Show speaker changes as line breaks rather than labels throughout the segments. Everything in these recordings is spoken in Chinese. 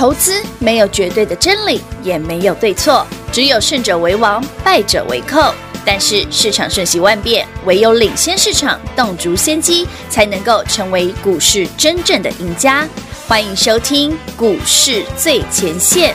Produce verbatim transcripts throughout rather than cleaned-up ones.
投资没有绝对的真理，也没有对错，只有胜者为王，败者为寇。但是市场瞬息万变，唯有领先市场，洞烛先机，才能够成为股市真正的赢家。欢迎收听股市最前线。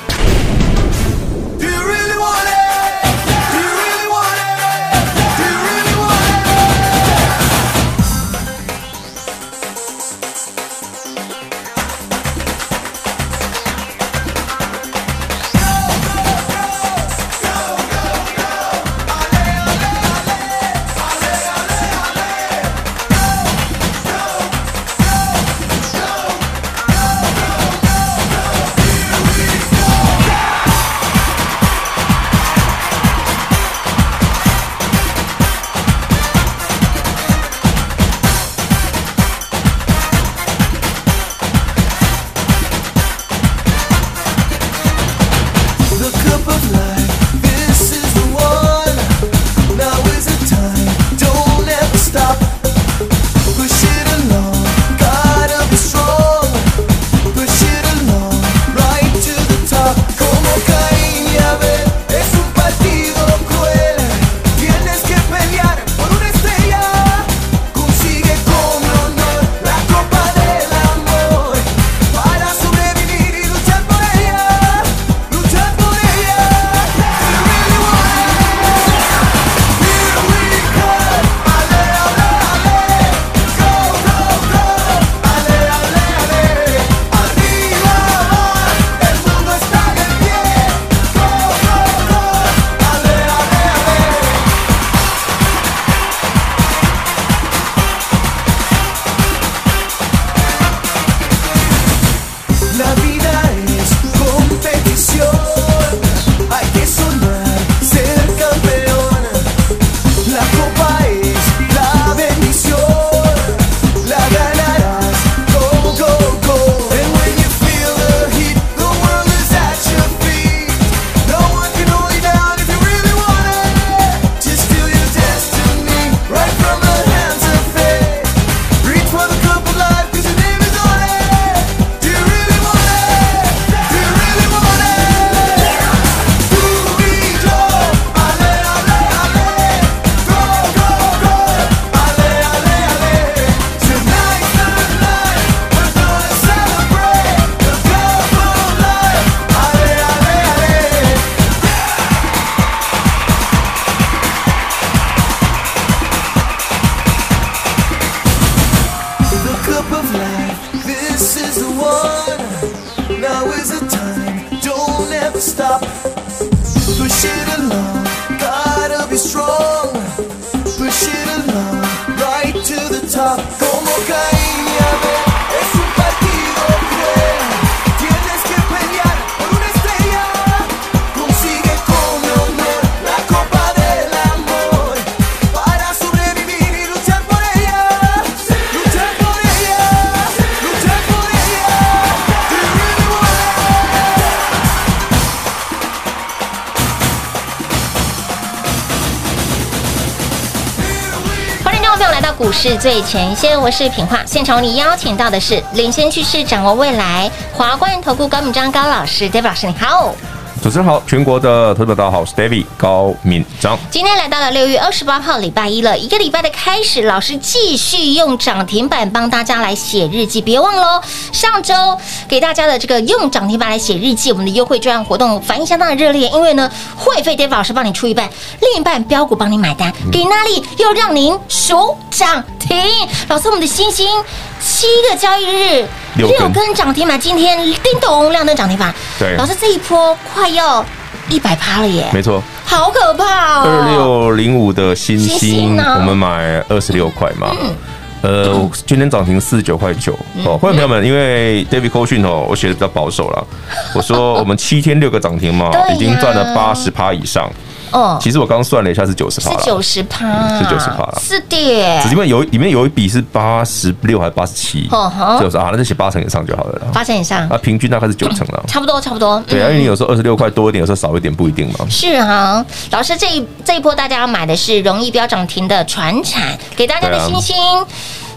股市最前线，我是品化。现场你邀请到的是领先趋势，掌握未来，华冠投顾高敏章高老师 ，David 老师你好。
主持人好，全国的投资者大家好，我是 David 高敏章。
今天来到了六月二十八号礼拜一了，一个礼拜的开始，老师继续用涨停板帮大家来写日记，别忘了上周给大家的这个用涨停板来写日记，我们的优惠专案活动反应相当的热烈，因为呢会费 David 老师帮你出一半，另一半标股帮你买单，给哪里又让您数涨停。老师，我们的星星七个交易日六根涨停板，今天叮咚亮灯涨停板。
对，
老师这一波快要一百趴了耶！
没错，
好可怕哦！
二六零五的星星，我们买二十六块嘛。嗯呃，今天涨停四十九块九哦，会员朋友们，因为 David 扣讯哦，我写的比较保守啦，我说我们七天六个涨停嘛，已经赚了八十趴以上。哦，其实我刚算了一下是九十趴，
是九十趴，
是九十趴了，
是的。
只因为有里面有一笔是八十六还是八十七，就是啊，那就写八成以上就好了。
八成以上，
啊，平均大概是九成了，
差不多差不多。
对啊，因为你有时候二十六块多一点，有时候少一点不一定嘛。
是啊，老师这一这一波大家要买的是容易飙涨停的传产，给大家的星星。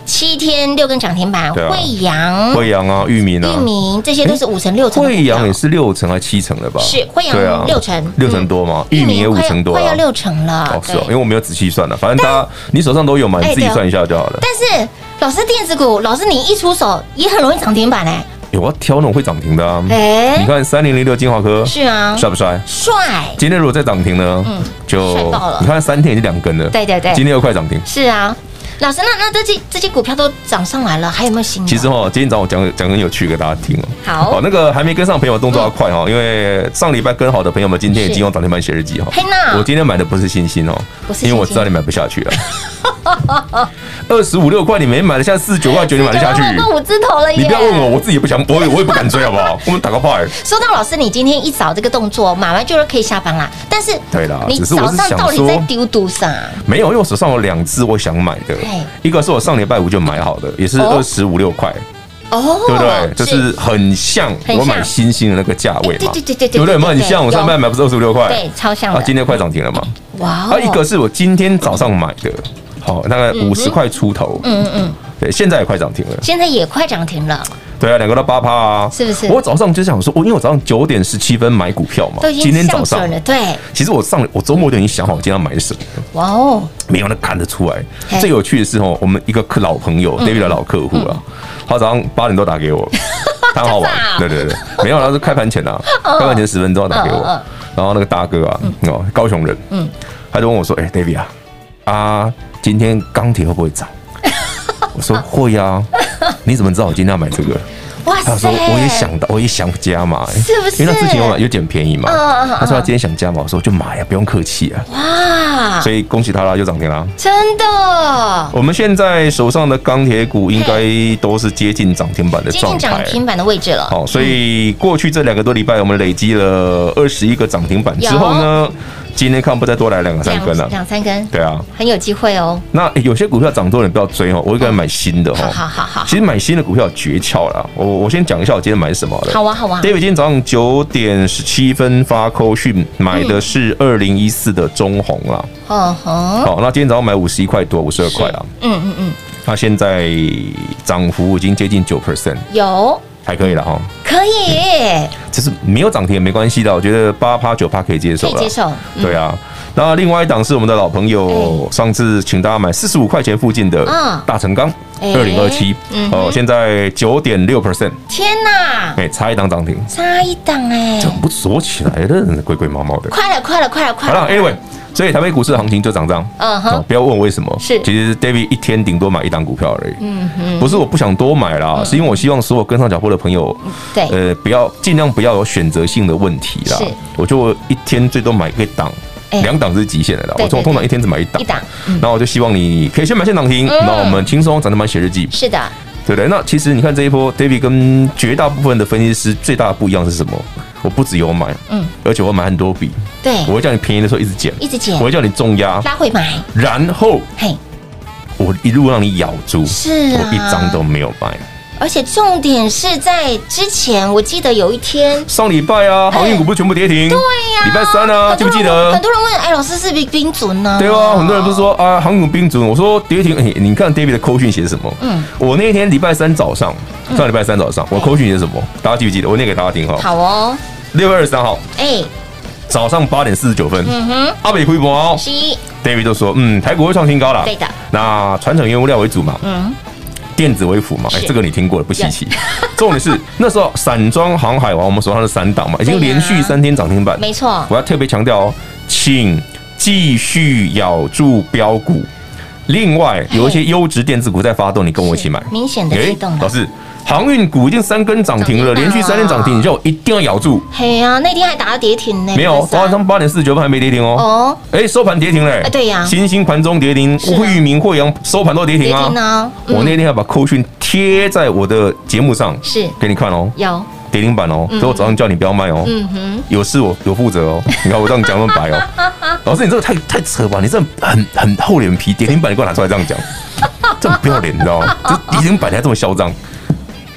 七天六根涨停板，
对啊
惠阳、
惠阳啊、裕民啊、
裕民这些都是五成六成的股票。
惠阳也是六成还七成了吧？
是惠阳
对啊
六成，
六成多嘛，裕民也五成多啊，
快要六成了。
哦，是哦，因
对
为我没有仔细算了，反正大家你手上都有嘛，你自己算一下就好了。
但是老师电子股，老师你一出手也很容易涨停板哎。
有要挑那种会涨停的啊。
哎
你看三零零六金华科
是啊，
帅不帅？
帅，
今天如果再涨停呢，
嗯
就
帅爆了
你看三天已经两根了，
对对对
今天又快涨停。
是啊。老师，那那这些这些股票都涨上来了，还有没有新的？
其实哈，今天早上我讲讲很有趣给大家听哦。
好
哦，那个还没跟上的朋友动作要快哈，因为上礼拜跟好的朋友们，今天已经用涨停板写日记哈。
嘿娜
我今天买的不是星星哦，
不是星星
因为我知道你买不下去了。二十五六块你没买的，现在四十九块九你买得下去？
那五字头了耶！
你不要问我，我自己也不想，我也我也不敢追，好不好？我们打个牌。
说到老师，你今天一早这个动作，买完就是可以下班啦。但是
对啦
你
只是我是想
早上到底
说
在丢赌上？
没有，因为我手上有两只我想买的
嘿，
一个是我上礼拜五就买好的，也是
哦
二十五六块，
哦，
对不对？就是很像
很像
我买星星的那个价位嘛，
哎对对对对对
对不对？有没有很
对
像？我上礼拜买不是二十五六块，
对，超像
啊，
的。
今天快涨停了嘛？
哇
啊，一个是我今天早上买的，好，大概五十块出头，
嗯嗯嗯，
对，现在也快涨停了。
现在也快涨停了，
对啊，两个都八趴啊，
是不是
我早上就想说，我因为我早上九点十七分买股票嘛
都，已
今
经
天早上
上准，了。对，
其实我上我周末就已经想好我今天要买什么了，
哇哦，
没有那看得出来
嘿。
最有趣的是哦，我们一个客老朋友 David 的老客户啊，他早上八点多打给我，他很好玩
这么早，
对对对，没有，他是开盘前啊，开盘前十分钟打给我
嗯嗯嗯，
然后那个大哥啊，哦，高雄人，嗯，他就问我说，哎，David 啊，啊，今天钢铁会不会涨？我说会啊，你怎么知道我今天要买这个？
哇
他说我也想到，我也想加码，
是不是
因为他之前有买有捡便宜嘛。
嗯嗯嗯
他说他今天想加码，我说就买啊，不用客气啊。
哇，
所以恭喜他啦，又涨停啦。
真的
我们现在手上的钢铁股应该都是接近涨停板的
接
状态。
近涨停板的位置了。
好，所以过去这两个多礼拜，我们累积了二十一个涨停板之后呢，今天看不再多来两个三根了。
两三根，
对啊，
很有机会哦。
那欸有些股票涨多了，你不要追哦，我会给他买新的
好
哦。
好好好，
其实买新的股票有诀窍啦，我我先讲一下我今天买什么好了。
好啊好啊。
David 今天早上九点十七分发扣讯，买的是二零一四的中红啦。
嗯哼，
好，那今天早上买五十一块多，五十二块啦。
嗯嗯嗯，
那现在涨幅已经接近九 percent，
有
还可以了哈。
可以，
就是没有涨停也没关系的，我觉得八趴九趴可以接受了。
可以接受。嗯
对啊。那另外一档是我们的老朋友，上次请大家买四十五块钱附近的
嗯
大成钢
哎
二零二七，
嗯
哦，现在九点六 percent，
天哪，
哎，差一档涨停，
差一档哎
怎，么不锁起来了？鬼鬼毛毛的。
快了快了快了快了。
好了，Anyway，所以台北股市的行情就涨这样。哦
嗯哼，
不要问我为什么，
是
其实 David 一天顶多买一档股票而已。嗯哼，不是我不想多买啦，是因为我希望所有跟上脚步的朋友，
对
呃，不要尽量不要有选择性的问题啦
是。
我就一天最多买一档。
哎
两档是极限的啦，
对对
我通通常一天只买一档，
一档
然后我就希望你可以先买先涨停，那我们轻松涨停板写日记，
是的，
对不对？那其实你看这一波 ，David 跟绝大部分的分析师最大的不一样是什么？我不只有买，
嗯，
而且我买很多笔，
对，
我会叫你便宜的时候一直减，
一直减
我会叫你重压，
拉回买，
然后
嘿，
我一路让你咬住，
是啊
我一张都没有卖。
而且重点是在之前，我记得有一天，
上礼拜啊，航运股不是全部跌停？对
呀
礼拜三啊，记不记得
很？多人问，哎，老师是不是冰准呢？
对啊，很多人不是说啊，航运股冰准？我说跌停，哎，你看 David 的扣讯写什么？嗯，我那天礼拜三早上，上礼拜三早上，我扣讯写什么？大家记不记得？我念给大家听哈。
好哦，
六月二十三号
哎，
早上八点四十九分，
嗯哼，
阿北回博哦
是，
，David 就说，嗯，台股会创新高了。
对的，
那传统原物料为主嘛，
嗯，
电子为辅嘛，哎，
是
这个你听过了，不稀奇。重点是那时候散装航海王，我们手上是三档嘛，已经连续三天涨停板。
没错，
我要特别强调哦，请继续咬住标股。另外有一些优质电子股在发动，你跟我一起买。
明显的启动了
老师，航运股已经三根涨停了，
涨停板了
连续三天涨停，你叫我一定要咬住。
嘿呀，那天还打到跌停呢，
没有，早上八点四十九分还没跌停哦。
哦，
哎，收盘跌停嘞。
哎对呀
新兴盘中跌停，
是啊
裕民、惠阳收盘都跌停
跌
啊。
停啊，嗯
我那天要把扣讯贴在我的节目上，
是
给你看哦，
有，
跌停板哦，所以我早上叫你不要卖哦。
嗯哼，
有事我有负责哦。你看我这样讲那么白哦，老师你这个太太扯吧？你这很很厚脸皮，跌停板你给我拿出来这样讲，这很不要脸，你知道吗？这跌停板你还这么嚣张，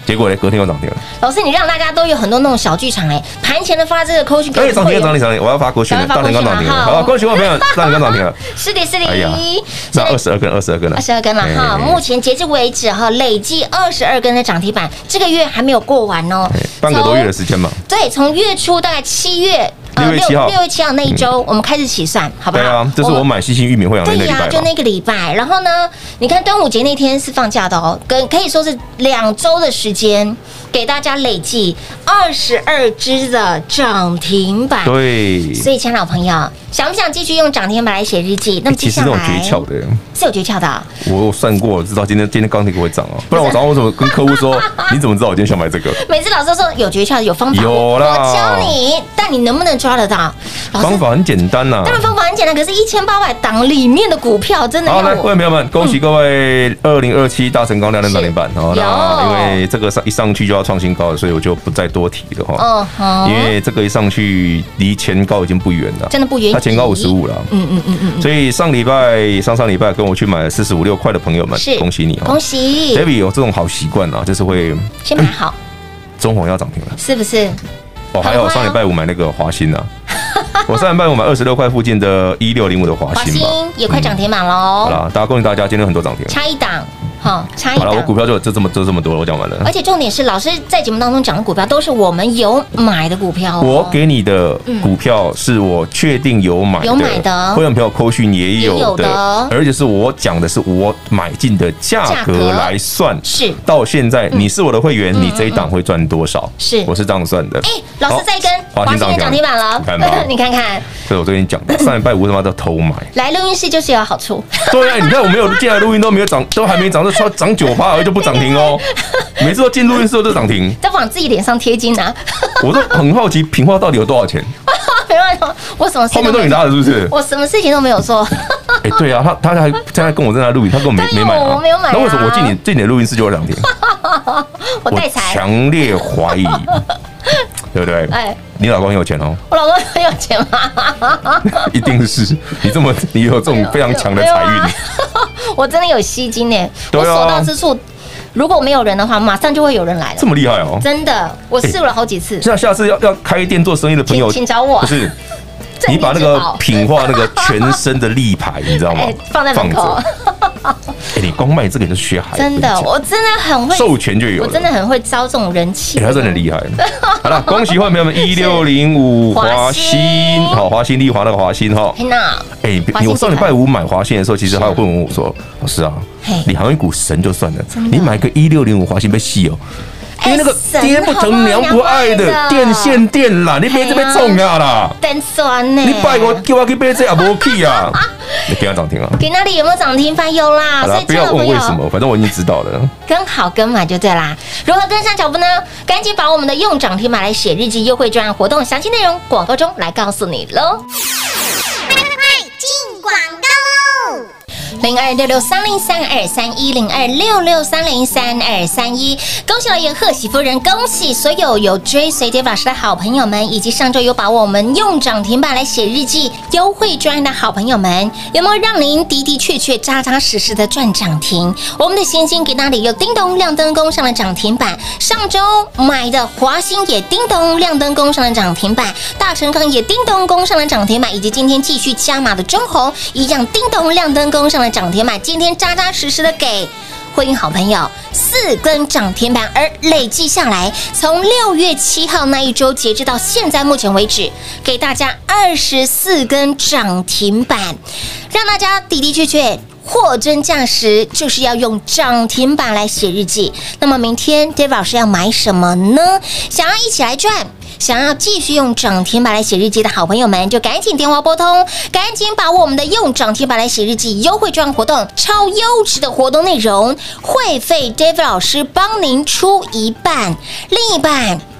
结果呢，隔天又涨停了。
老师，你让大家都有很多那种小剧场哎，盘前的发这个扣讯，
哎，涨停了，涨停，涨停！我要发扣讯了，大连刚涨停了，好，恭喜我朋友，大连刚涨停了。
是的，是的。
哎呀，那二十二根，二十二根了，
二十二根了哈。目前截至为止哈，累计二十二根的涨停板，这个月还没有过完哦，
半个多月的时间嘛。
对，从月初大概七月。
六月七号，
六月七号那一周，我们开始起算，好不好？
对啊，这是我买西兴玉米会养的那个礼拜。
对呀，就那个礼拜。然后呢，你看端午节那天是放假的哦，跟可以说是两周的时间，给大家累计二十二只的涨停板。
对，
所以，亲爱的朋友，想不想继续用涨停板来写日记？那么接下来
其实那种诀窍的，
是有诀窍的。
我算过，我知道今天今天钢铁股会涨哦，不然我早上我怎么跟客户说？你怎么知道我今天想买这个？
每次老师说有诀窍、有方法，
有啦，
我教你，但你能不能抓得到？
方法很简单呐，
当然方法很简单，可是一千八百档里面的股票真的要我。
好，来，各位朋友们，恭喜各位二零二七大成钢亮灯涨停板哦。那因为这个上一上去就要创新高了，所以我就不再多提了哈。哦，因为这个一上去离前高已经不远了，
真的不远，
它前高五十五了。嗯嗯嗯嗯。所以上礼拜、上上礼拜跟我去买了四十五六块的朋友们，恭喜你哦，
恭喜
！David 有这种好习惯啊，就是会
先买好。
中红要涨停了，
是不是？
哦，还有上礼拜五买那个华新啊。我上礼拜五买二十六块附近的一六零五的华新嘛，
也快涨停板喽。
好了，大家恭喜大家，今天有很多涨停，
差一档，好，差一档。
好了，我股票就就这么就这么多了，我讲完了。
而且重点是，老师在节目当中讲的股票都是我们有买的股票。
我给你的股票是我确定有买的，
有买的，
会员朋友扣讯也有的，而且是我讲的是我买进的价格来算。是到现在你是我的会员，你这一档会赚多少？是，我是这样算的。哎，
老师再跟华新涨停板了，你看看。
所以我跟你讲，上礼拜五他妈都偷买，
来录音室就是有好处。
对啊，你看我没有进来录音都没有涨，都还没涨，就说涨九趴而已就不涨停哦。每次都进录音室都涨停，
都往自己脸上贴金啊！
我都很好奇，品化到底有多少钱？
没办法，我什么事
后面都你拉的，是不是？
我什么事情都没有做。
哎，对啊，他他还现在跟我在那录音，他根本没没买啊，
我没有买。
那为什么我进你进你的录音室就有涨停？
我带财，
强烈怀疑。对不对？哎，你老公很有钱哦。
我老公很有钱吗？
一定是你这么，你有这种非常强的财运。
我真的有吸金呢，我所到之处，如果没有人的话，马上就会有人来了。
这么厉害哦！
真的，我试了好几次。
下下次要要开店做生意的朋友，
请找我。
不是，你把那个品化那个全身的立牌，你知道吗？
放在门口。
哎，你光卖这个就学海，
真的，我真的很会
授权就有，
我真的很会招这种人气，
他真的厉害。好了，恭喜会员朋友们，一六零五华新，好，华新丽华那个华新哈。哎，你我上礼拜五买华新的时候，其实还有问我说，老师啊，你航运股神就算了，你买个一六零五华新被戏哦。因为那个爹不疼娘不爱的电线电缆，你别这边冲啊啦！
真酸呢！
你拜我叫我去买这也无去啊！你给他涨停啊？
给那里有没有涨停板？有啦！
所以不要问为什么，反正我已经知道了。
跟好跟满就对啦。如何跟上脚步呢？赶紧把我们的用涨停板来写日记优惠专案活动详细内容广告中来告诉你喽。快快快，进广告喽！零二六六三零三二三一零二六六三零三二三一，恭喜老爷，贺喜夫人，恭喜所有有追随 David 老师的好朋友们，以及上周有把我们用涨停板来写日记优惠专案的好朋友们，有没有让您的的确确扎扎实实的赚涨停？我们的现金给那里有叮咚亮灯攻上了涨停板，上周买的华兴也叮咚亮灯攻上了涨停板，大成钢也叮咚攻上了涨停板，以及今天继续加码的中红一样叮咚亮灯攻上了涨停板，今天扎扎实实的给会员好朋友四根涨停板，而累计下来，从六月七号那一周截至到现在目前为止，给大家二十四根涨停板，让大家的的确确货真价实，就是要用涨停板来写日记。那么明天 David 老师要买什么呢？想要一起来赚，想要继续用涨停板来写日记的好朋友们，就赶紧电话拨通，赶紧把握我们的用涨停板来写日记优惠券活动，超优质的活动内容，会费 David 老师帮您出一半，另一半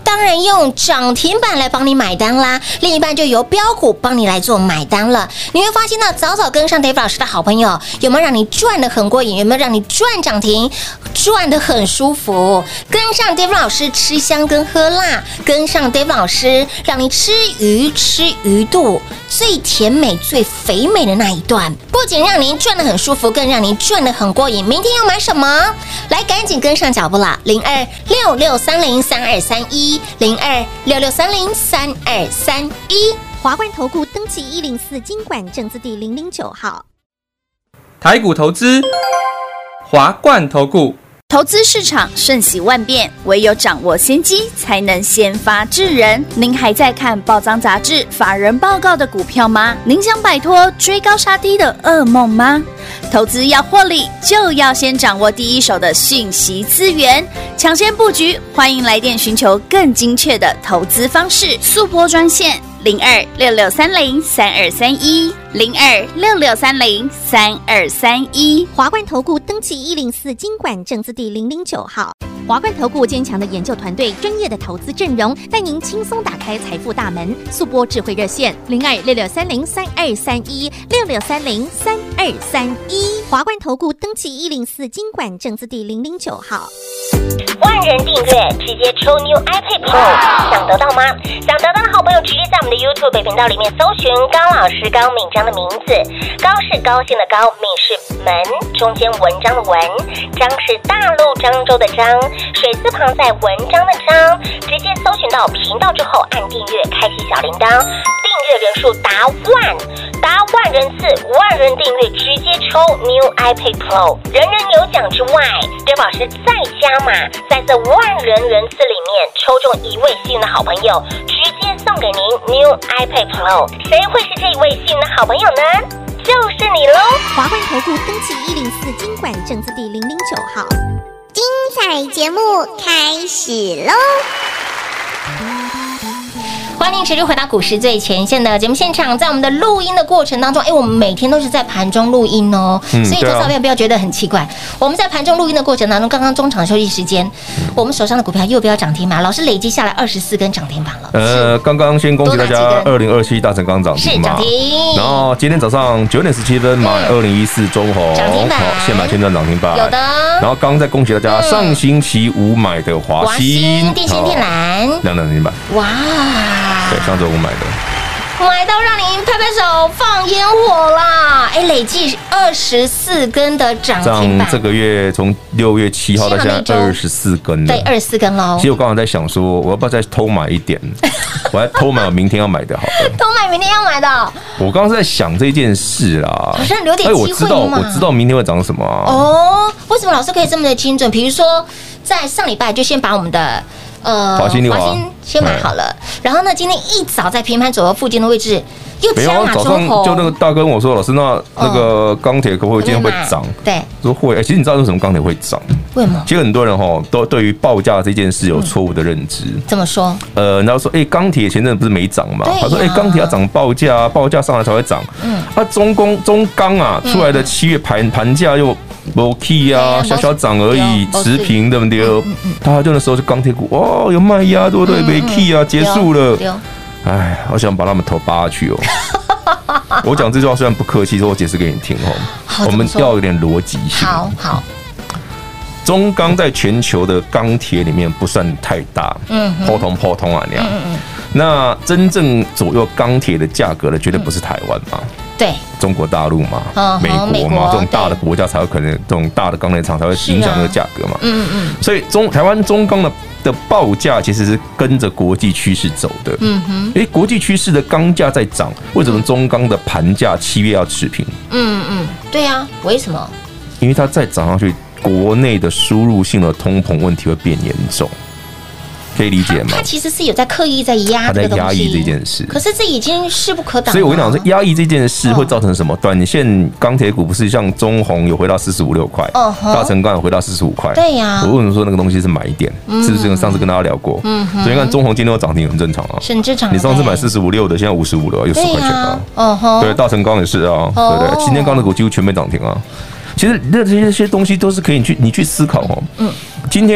当然用涨停板来帮你买单啦，另一半就由标股帮你来做买单了。你会发现呢，早早跟上 David 老师的好朋友，有没有让你赚得很过瘾？有没有让你赚涨停，赚得很舒服？跟上 David 老师吃香跟喝辣，跟上 David 老师让你吃鱼吃鱼肚，最甜美最肥美的那一段，不仅让您赚得很舒服，更让您赚得很过瘾。明天要买什么？来，赶紧跟上脚步啦！零二六六三零三二三一，零二六六三零三二三一。
华冠投顾登记一零四金管证字第零零九号。
台股投资，华冠投顾。
投资市场瞬息万变，唯有掌握先机，才能先发制人。您还在看报章杂志、法人报告的股票吗？您想摆脱追高杀低的噩梦吗？投资要获利，就要先掌握第一手的讯息资源，抢先布局。欢迎来电寻求更精确的投资方式，速拨专线零二六六三零三二三一零二六六三零三二三一。
华冠投顾登记一零四金管证字第零零九号。华冠投顾坚强的研究团队，专业的投资阵容，带您轻松打开财富大门。速拨智慧热线零二六六三零三二三一六六三零三二三一。华冠投顾登记一零四金管证字第零零九号。
万人订阅，直接抽 New iPad Pro， 想得到吗？想得到的好朋友，直接在我们的 YouTube 频道里面搜寻高老师高敏章的名字，高是高兴的高，敏是门，中间文章的文，章是大陆漳州的章，水字旁在文章的章，直接搜寻到频道之后按订阅，开启小铃铛，订阅人数达万，达万人次，万人订阅，直接抽 New iPad Pro， 人人有奖之外，David老师再加码，在这万人人次里面抽中一位幸运的好朋友，直接送给您 New iPad Pro。 谁会是这一位幸运的好朋友呢？就是你喽！
华冠投顾登记一零四金管证字第零零九号。
精彩节目开始喽！
欢迎持续回到股市最前线的节目现场，在我们的录音的过程当中，哎，我们每天都是在盘中录音哦，嗯、所以投资朋友不要觉得很奇怪。我们在盘中录音的过程当中，刚刚中场休息时间，我们手上的股票又不要涨停板，老师累积下来二十四根涨停板了。
呃，刚刚先恭喜大家，二零二七大成钢涨停嘛，
是涨停。
然后今天早上九点十七分买二零一四中红
涨停板，
现买现赚涨停板，
有的。
然后刚刚再恭喜大家，上星期五买的华兴
电信电缆
两涨停板，
哇！
对，上周五买的，
买到让您拍拍手放烟火啦！哎，累计二十四根的涨停板，
这个月从六月七号到现在二十四根，
对，二十四根喽。
其实我刚刚在想说，我要不要再偷买一点？我还偷买我明天要买的好了。
偷买明天要买的。
我刚刚是在想这件事啦，
好像留点机会嘛。
我知道，我知道明天会涨什么啊。
哦，为什么老师可以这么的精准？比如说，在上礼拜就先把我们的。呃，
华兴华
兴先买好了，然后呢，今天一早在平盘左右附近的位置又加码中红。
早上就那个大跟我说，老师，那那个钢铁可不可以今天会涨？
对，
说会。其实你知道为什么钢铁会涨？
为什么？
其实很多人哈都对于报价这件事有错误的认知。
怎么说？呃，
然后说，哎，钢铁前阵不是没涨嘛？他说，哎，钢铁要涨报价，报价上来才会涨。嗯，啊，中工中钢啊出来的七月盘盘价又。没 key 啊，小小涨而已，持平对不对？大家就那时候是钢铁股，哦，有卖压，对不对？没 key 啊，结束了。哎，好想把他们头扒下去哦。我讲这句话虽然不客气，说我解释给你听哦。我们要有点逻辑性。
好好。
中钢在全球的钢铁里面不算太大，嗯，普通普通啊那样。那真正左右钢铁的价格的，绝对不是台湾嘛。
对，
中国大陆嘛，哦、美国嘛，这种大的国家才有可能，这种大的钢铁厂才会影响那个价格嘛。嗯嗯。所以中台湾中钢的的报价其实是跟着国际趋势走的。嗯哼。哎，国际趋势的钢价在涨，为什么中钢的盘价七月要持平？
嗯嗯，对啊，为什么？
因为它再涨上去，国内的输入性的通膨问题会变严重。可以理解吗？
他其实是有在刻意在压，
他在压抑这件事。
可是这已经势不可挡。
所以我跟你讲，说压抑这件事会造成什么？短线钢铁股不是像中红有回到四十五六块，大成钢有回到四十五块。
对呀，
我为什么说那个东西是买点？是不是上次跟大家聊过？嗯，所以你看中红今天有涨停，很正常啊，
很正常。
你上次买四十五六的，现在五十五了，有十块钱啊。哦吼，对，大成钢也是啊，对不对？今天钢铁股几乎全面涨停啊。其实那这些东西都是可以去你去思考哦。嗯，今天。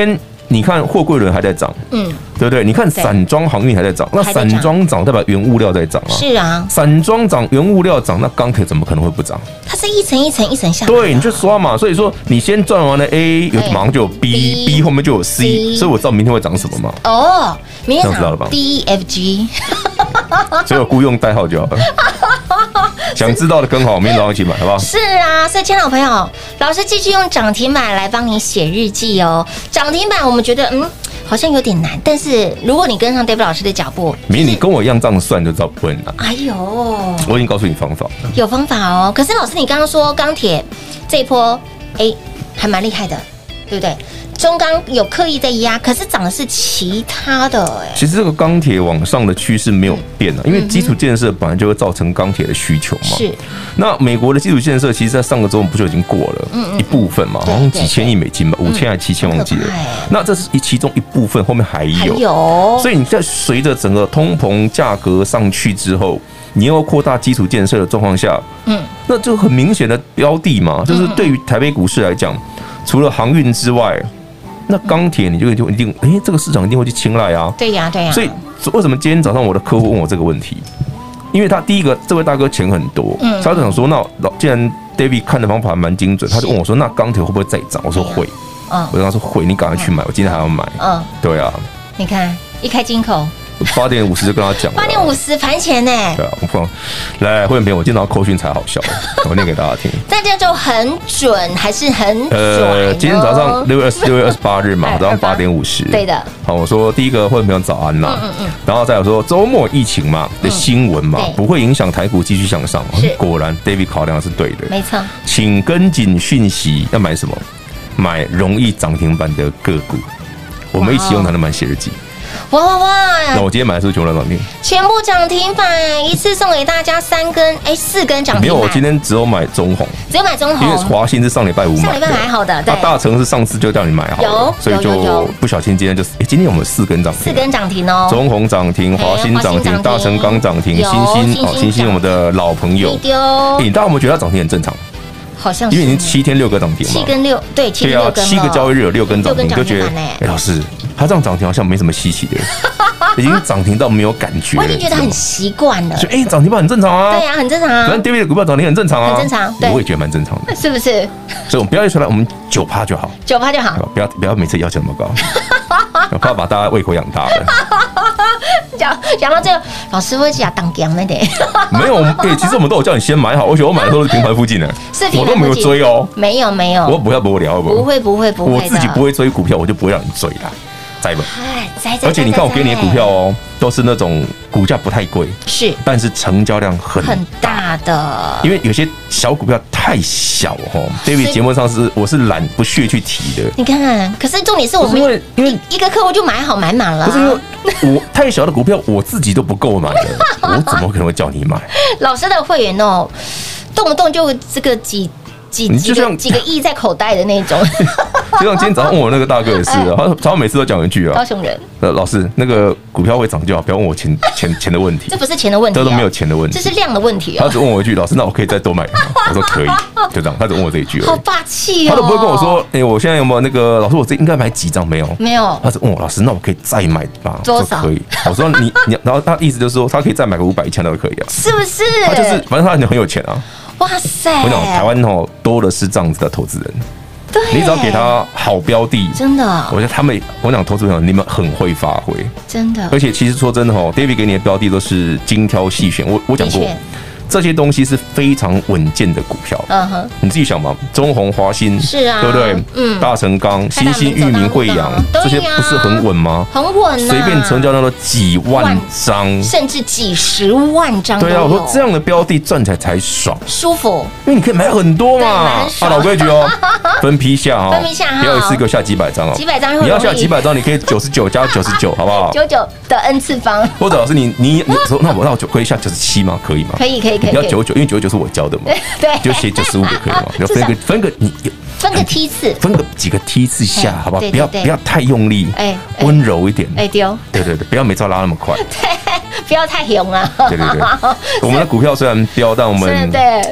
你看货柜轮还在涨，嗯，对不对？你看散装航运还在涨，那散装涨代表原物料在涨啊。
是啊，
散装涨，原物料涨，那钢铁怎么可能会不涨？
它是一层一层一层下来。
对，你就刷嘛。所以说你先赚完了 A， 有马上就有 B，B 后面就有 C， 所以我知道明天会涨什么嘛。
哦，明天
知道了吧
？D E F G，
所以我雇用代号就好了。想知道的更好，明天早上一起买，好不好？
是啊，所以，亲爱的朋友，老师继续用涨停板来帮你写日记哦。涨停板我们觉得嗯好像有点难，但是如果你跟上 David 老师的脚步，
明天你跟我一样这样算就知道不会难。
哎呦，
我已经告诉你方法，
有方法哦。可是老师，你刚刚说钢铁这一波，哎，还蛮厉害的，对不对？中钢有刻意在压，可是涨的是其他的哎。
其实这个钢铁往上的趋势没有变啊，因为基础建设本来就会造成钢铁的需求嘛。是。那美国的基础建设，其实在上个周不就已经过了一部分嘛？好像几千亿美金吧，五千还七千忘记了。那这是其中一部分，后面还有。还有。所以你在随着整个通膨价格上去之后，你又扩大基础建设的状况下，嗯，那就很明显的标的嘛，就是对于台北股市来讲，除了航运之外。那钢铁你就一定，哎、欸，这个市场一定会去青睐啊。
对呀、啊，对呀、啊。
所以为什么今天早上我的客户问我这个问题？因为他第一个，这位大哥钱很多，嗯，他就想说，那既然 David 看的方法蛮精准，他就问我说，那钢铁会不会再涨？我说会，嗯，我跟他说会，你赶快去买，我今天还要买。嗯，对啊。
你看，一开金口。
八点五十就跟他讲，
八点五十盘前呢。
对啊，我不来会员朋友，我今天早上扣讯才好笑，我念给大家听。
大家就很准，还是很准、哦。
呃，今天早上六月六月二十八日嘛，早上八点五十。
对的。
好，我说第一个会员朋友早安啦，嗯嗯嗯，然后再有说周末疫情嘛的新闻嘛，不会影响台股继续向上。果然 ，David 考量是对的，
没错。
请跟紧讯息，要买什么？买容易涨停板的个股，我们一起用它的满写日记。
哇哇哇！
那我今天买的是全部涨停，
全部涨停板，一次送给大家三根，哎，四根涨停板。
没有，我今天只有买中红，
只有买中红，
因为华信是上礼拜五买的，
上礼拜买好的，对。
大成是上次就叫你买好了，所以就不小心今天就，哎，今天我们四根涨停，
四根涨停哦，
中红涨停，华信涨停，大成刚涨停，星星哦，星星我们的老朋友，哎，大家有没有觉得它涨停很正常？
好像
因为已经七天六个涨停嘛，
七跟六对，七跟六根，
七个交易日有六根涨停，就觉得哎，老师他这样涨停好像没什么稀奇的，已经涨停到没有感觉了，
我已经觉得很习惯了。
所以哎，涨停板很正常啊，
对呀，很正常啊。
反正 David 的股票涨停很正常啊，
很正常，
我也觉得蛮正常的，
是不是？
所以我们不要一出来，我们九趴就好，
九趴就好，
不要不要每次要求那么高，我怕把大家胃口养大了。
讲讲到这个，老师会讲当姜那点，
没有，哎，其实我们都有叫你先买好，而且我买的都是平盘附近的，我都没有追哦，
没有没有，
我不要不会聊，
不会不会不会，
我自己不会追股票，我就不会让你追啦，栽吧。
栽
而且你看我给你的股票哦，都是那种股价不太贵，
是，
但是成交量很
很大的，
因为有些小股票太小哦。David 节目上是我是懒不屑去提的。
你看看，可是重点是我们因为因为一个客户就买好买满了，
不是因为我太小的股票我自己都不够买的，我怎么可能会叫你买？
老师的会员哦，动不动就这个几几几个几个亿在口袋的那种。
就像今天早上问我那个大哥也是啊，他常常每次都讲一句啊，
高雄人，
呃，老师那个股票会涨就好，不要问我钱钱钱的问题。
这不是钱的问题，
这都没有钱的问题，
这是量的问题哦。
他只问我一句，老师，那我可以再多买吗？我说可以，就这样。他只问我这一句，
好霸气哦。
他都不会跟我说，哎，我现在有没有那个老师？我这应该买几张？没有，
没有。
他只问我老师，那我可以再买吗？
多少？
可以。我说你你，然后他意思就是说，他可以再买个五百一千都可以啊，
是不是？
他就是，反正他很有钱啊。
哇塞！
我讲台湾哦，多的是这样子的投资人。你只要给他好标的，
真的，
我觉得他们，我讲投资朋友，你们很会发挥，
真的。
而且其实说真的哦 ，David 给你的标的都是精挑细选。我我讲过，这些东西是非常稳健的股票。嗯哼，你自己想嘛，中宏、华新
是啊，
对不对？嗯，大成钢、新兴、裕民、惠阳，这些不是很稳吗？
很稳，
随便成交量都几万张，
甚至几十万张。
对啊，我说这样的标的赚起来才爽，
舒服，
因为你可以买很多嘛。啊，老规矩哦，分批下哈，
分批下哈，
不要一次给我下几百张哦，
几百张，
你要下几百张，你可以九十九加九十九，好不好？
九九的 n 次方，
或者老师你你你说那我那我就可以下九十七吗？可以吗？
可以可以可以，
不要九九，因为九九是我教的嘛，
对，
就写九十五就可以了嘛，你分个分个你
分个梯次，
分个几个梯次下，好不好？不要不要太用力，哎，温柔一点，
哎丢，
对对对，不要每次拉那么快，
对，不要太勇啊，
对对对，我们的股票虽然飙，但我们
对。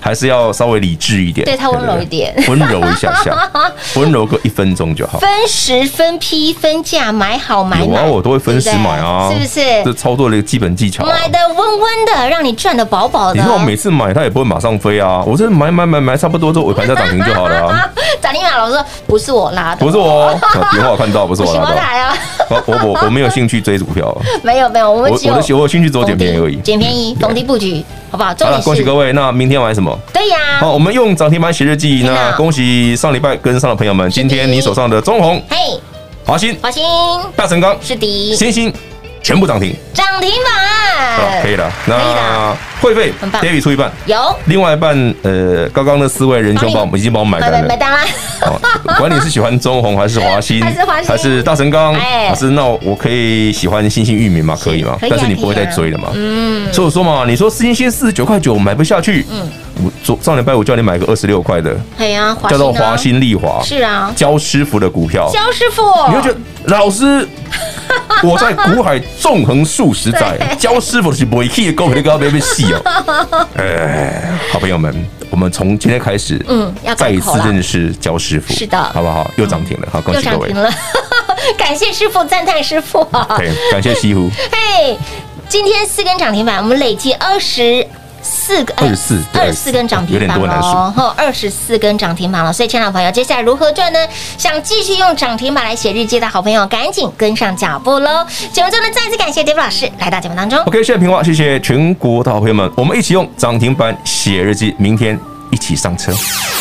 还是要稍微理智一点，
对他温柔一点，
温柔一下下，温柔个一分钟就好。
分时、分批、分价，买好买满。
有啊，我都会分时买啊，
是不是？
这操作的一个基本技巧、啊。
买的温温的，让你赚的饱饱的。
你看我每次买，它也不会马上飞啊，我这买买买买差不多之后尾盘再涨停就好了啊。
涨停板老师说不是我拉的，
不是我，电话看到不是我拉的。
啊，
我我我没有兴趣追股票，
没有没有，我们只有
我的我有兴趣走捡便宜而已，
捡便宜，逢低布局，好不好？
好了，恭喜各位。那明天买什么？
对呀，
好，我们用涨停板写日记。那恭喜上礼拜跟上的朋友们，今天你手上的中鸿、
嘿、
华新、
华新、
大成钢、
是的、
新兴全部涨停，
涨停板，
好，可以了。那会费 David 出一半，
有
另外一半，呃，刚刚那四位仁兄帮我们已经帮我们买单了，
买单啦。
管你是喜欢中鸿还是华新，
还是华新，
还是大成钢，还是那我可以喜欢新兴域名吗？可以吗？但是你不会再追了嘛？嗯，所以我说嘛，你说新兴四十九块九买不下去，嗯，我昨上礼拜我叫你买个二十六块的，
对呀，
叫做华新丽华，
是啊，
焦师傅的股票，
焦师傅，
你会觉得老师。我在股海纵横数十载，焦师傅是不会去的，够你高别被戏哦。哎，好朋友们，我们从今天开始，嗯，要再一次认识焦师傅，
是的，
好不好？又涨停了，好，恭喜各位，
又涨停了，感谢师傅，赞叹师傅，
对，感谢西湖。
嘿，今天四根涨停板，我们累计二十。四个
二十四
二十四根涨停板了，后二十四根涨停板了，所以，亲爱的朋友，接下来如何赚呢？想继续用涨停板来写日记的好朋友，赶紧跟上脚步喽！节目中呢，再次感谢 David 老师来到节目当中。
OK， 谢谢平华，谢谢全国的好朋友们，我们一起用涨停板写日记，明天一起上车。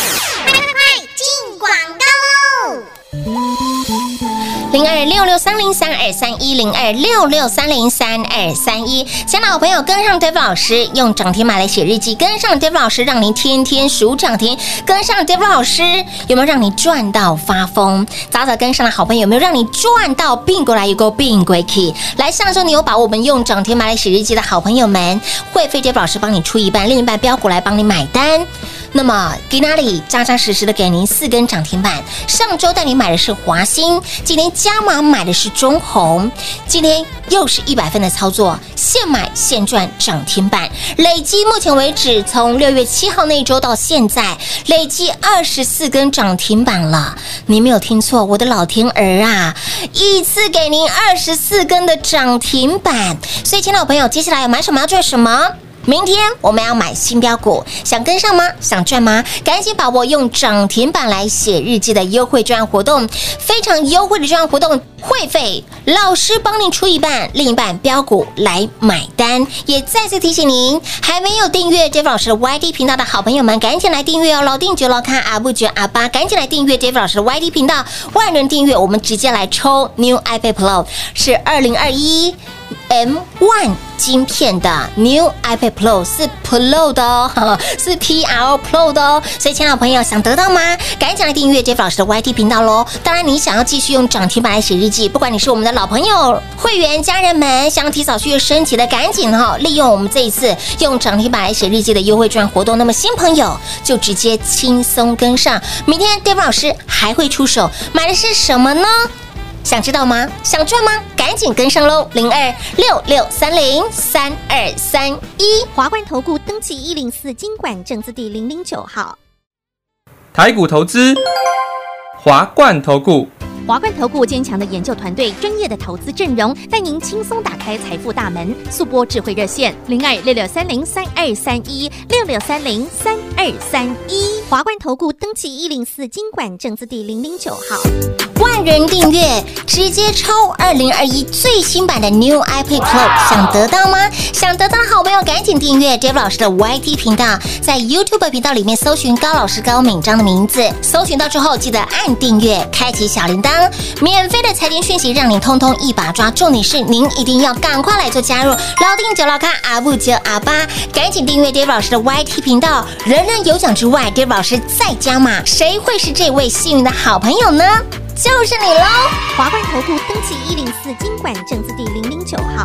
零二六六三零三二三一零二六六三零三二三一，亲爱的好朋友，跟上 David 老师用涨停板来写日记，跟上 David 老师让您天天数涨停，跟上 David 老师有没有让你赚到发疯？早早跟上的好朋友有没有让你赚到并过来有个并归去？来，上周你有把我们用涨停板来写日记的好朋友们，会费 David 老师帮你出一半，另一半标股来帮你买单。那么给哪里扎扎实实的给您四根涨停板？上周带你买的是华新，今天加码买的是中鸿，今天又是一百分的操作，现买现赚涨停板，累积目前为止从六月七号那一周到现在，累积二十四根涨停板了。你没有听错，我的老天儿啊，一次给您二十四根的涨停板。所以，亲爱的朋友，接下来要买什么要赚什么？明天我们要买新标股，想跟上吗？想赚吗？赶紧把握用涨停板来写日记的优惠专案活动，非常优惠的专案活动，会费老师帮你出一半，另一半标股来买单。也再次提醒您，还没有订阅 David 老师的 Y T 频道的好朋友们，赶紧来订阅哦！老定九老看阿布九阿八，赶紧来订阅 David 老师的 Y T 频道，万人订阅，我们直接来抽 New iPad Pro， 是二零二一 M 一 晶片的 New iPad Pro， 是 Pro 的哦，是 P R Pro 的哦。所以，亲爱的朋友，想得到吗？赶紧来订阅 David 老师的 Y T 频道喽！当然，你想要继续用涨停板来写日记，不管你是我们的老朋友、会员、家人们，想要提早去升级的，赶紧哈、哦，利用我们这一次用涨停板来写日记的优惠券活动。那么，新朋友就直接轻松跟上。明天 David 老师还会出手，买的是什么呢？想知道吗？想赚吗？赶紧跟上喽！零二六六三零三二三一，
华冠投顾登记一零四金管证字第零零九号。
台股投资，华冠投顾。
华冠投顾坚强的研究团队，专业的投资阵容，带您轻松打开财富大门。速播智慧热线零二六六三零三二三一六六三零三二三一。华冠投顾登记一零四金管证字第零零九号。
万人订阅，直接抽二零二一最新版的 New iPad Pro， 想得到吗？想得到的好朋友赶紧订阅 David 老师的 Y T 频道，在 YouTube 频道里面搜寻高老师高敏章的名字，搜寻到之后记得按订阅，开启小铃铛，免费的财经讯息让您通通一把抓。重点是您一定要赶快来做加入，老定九老咖阿布九阿八，赶紧订阅 David 老师的 Y T 频道，人人有奖之外 ，David 老师再加码，谁会是这位幸运的好朋友呢？就是你喽！
华冠投顾登记一零四金管证字第零零九号。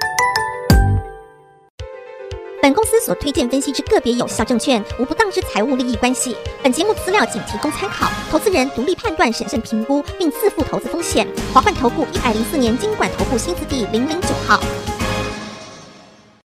本公司所推荐分析之个别有效证券，无不当之财务利益关系。本节目资料仅提供参考，投资人独立判断、审慎评估，并自负投资风险。华冠投顾一百零四年金管投顾新字第零零九号。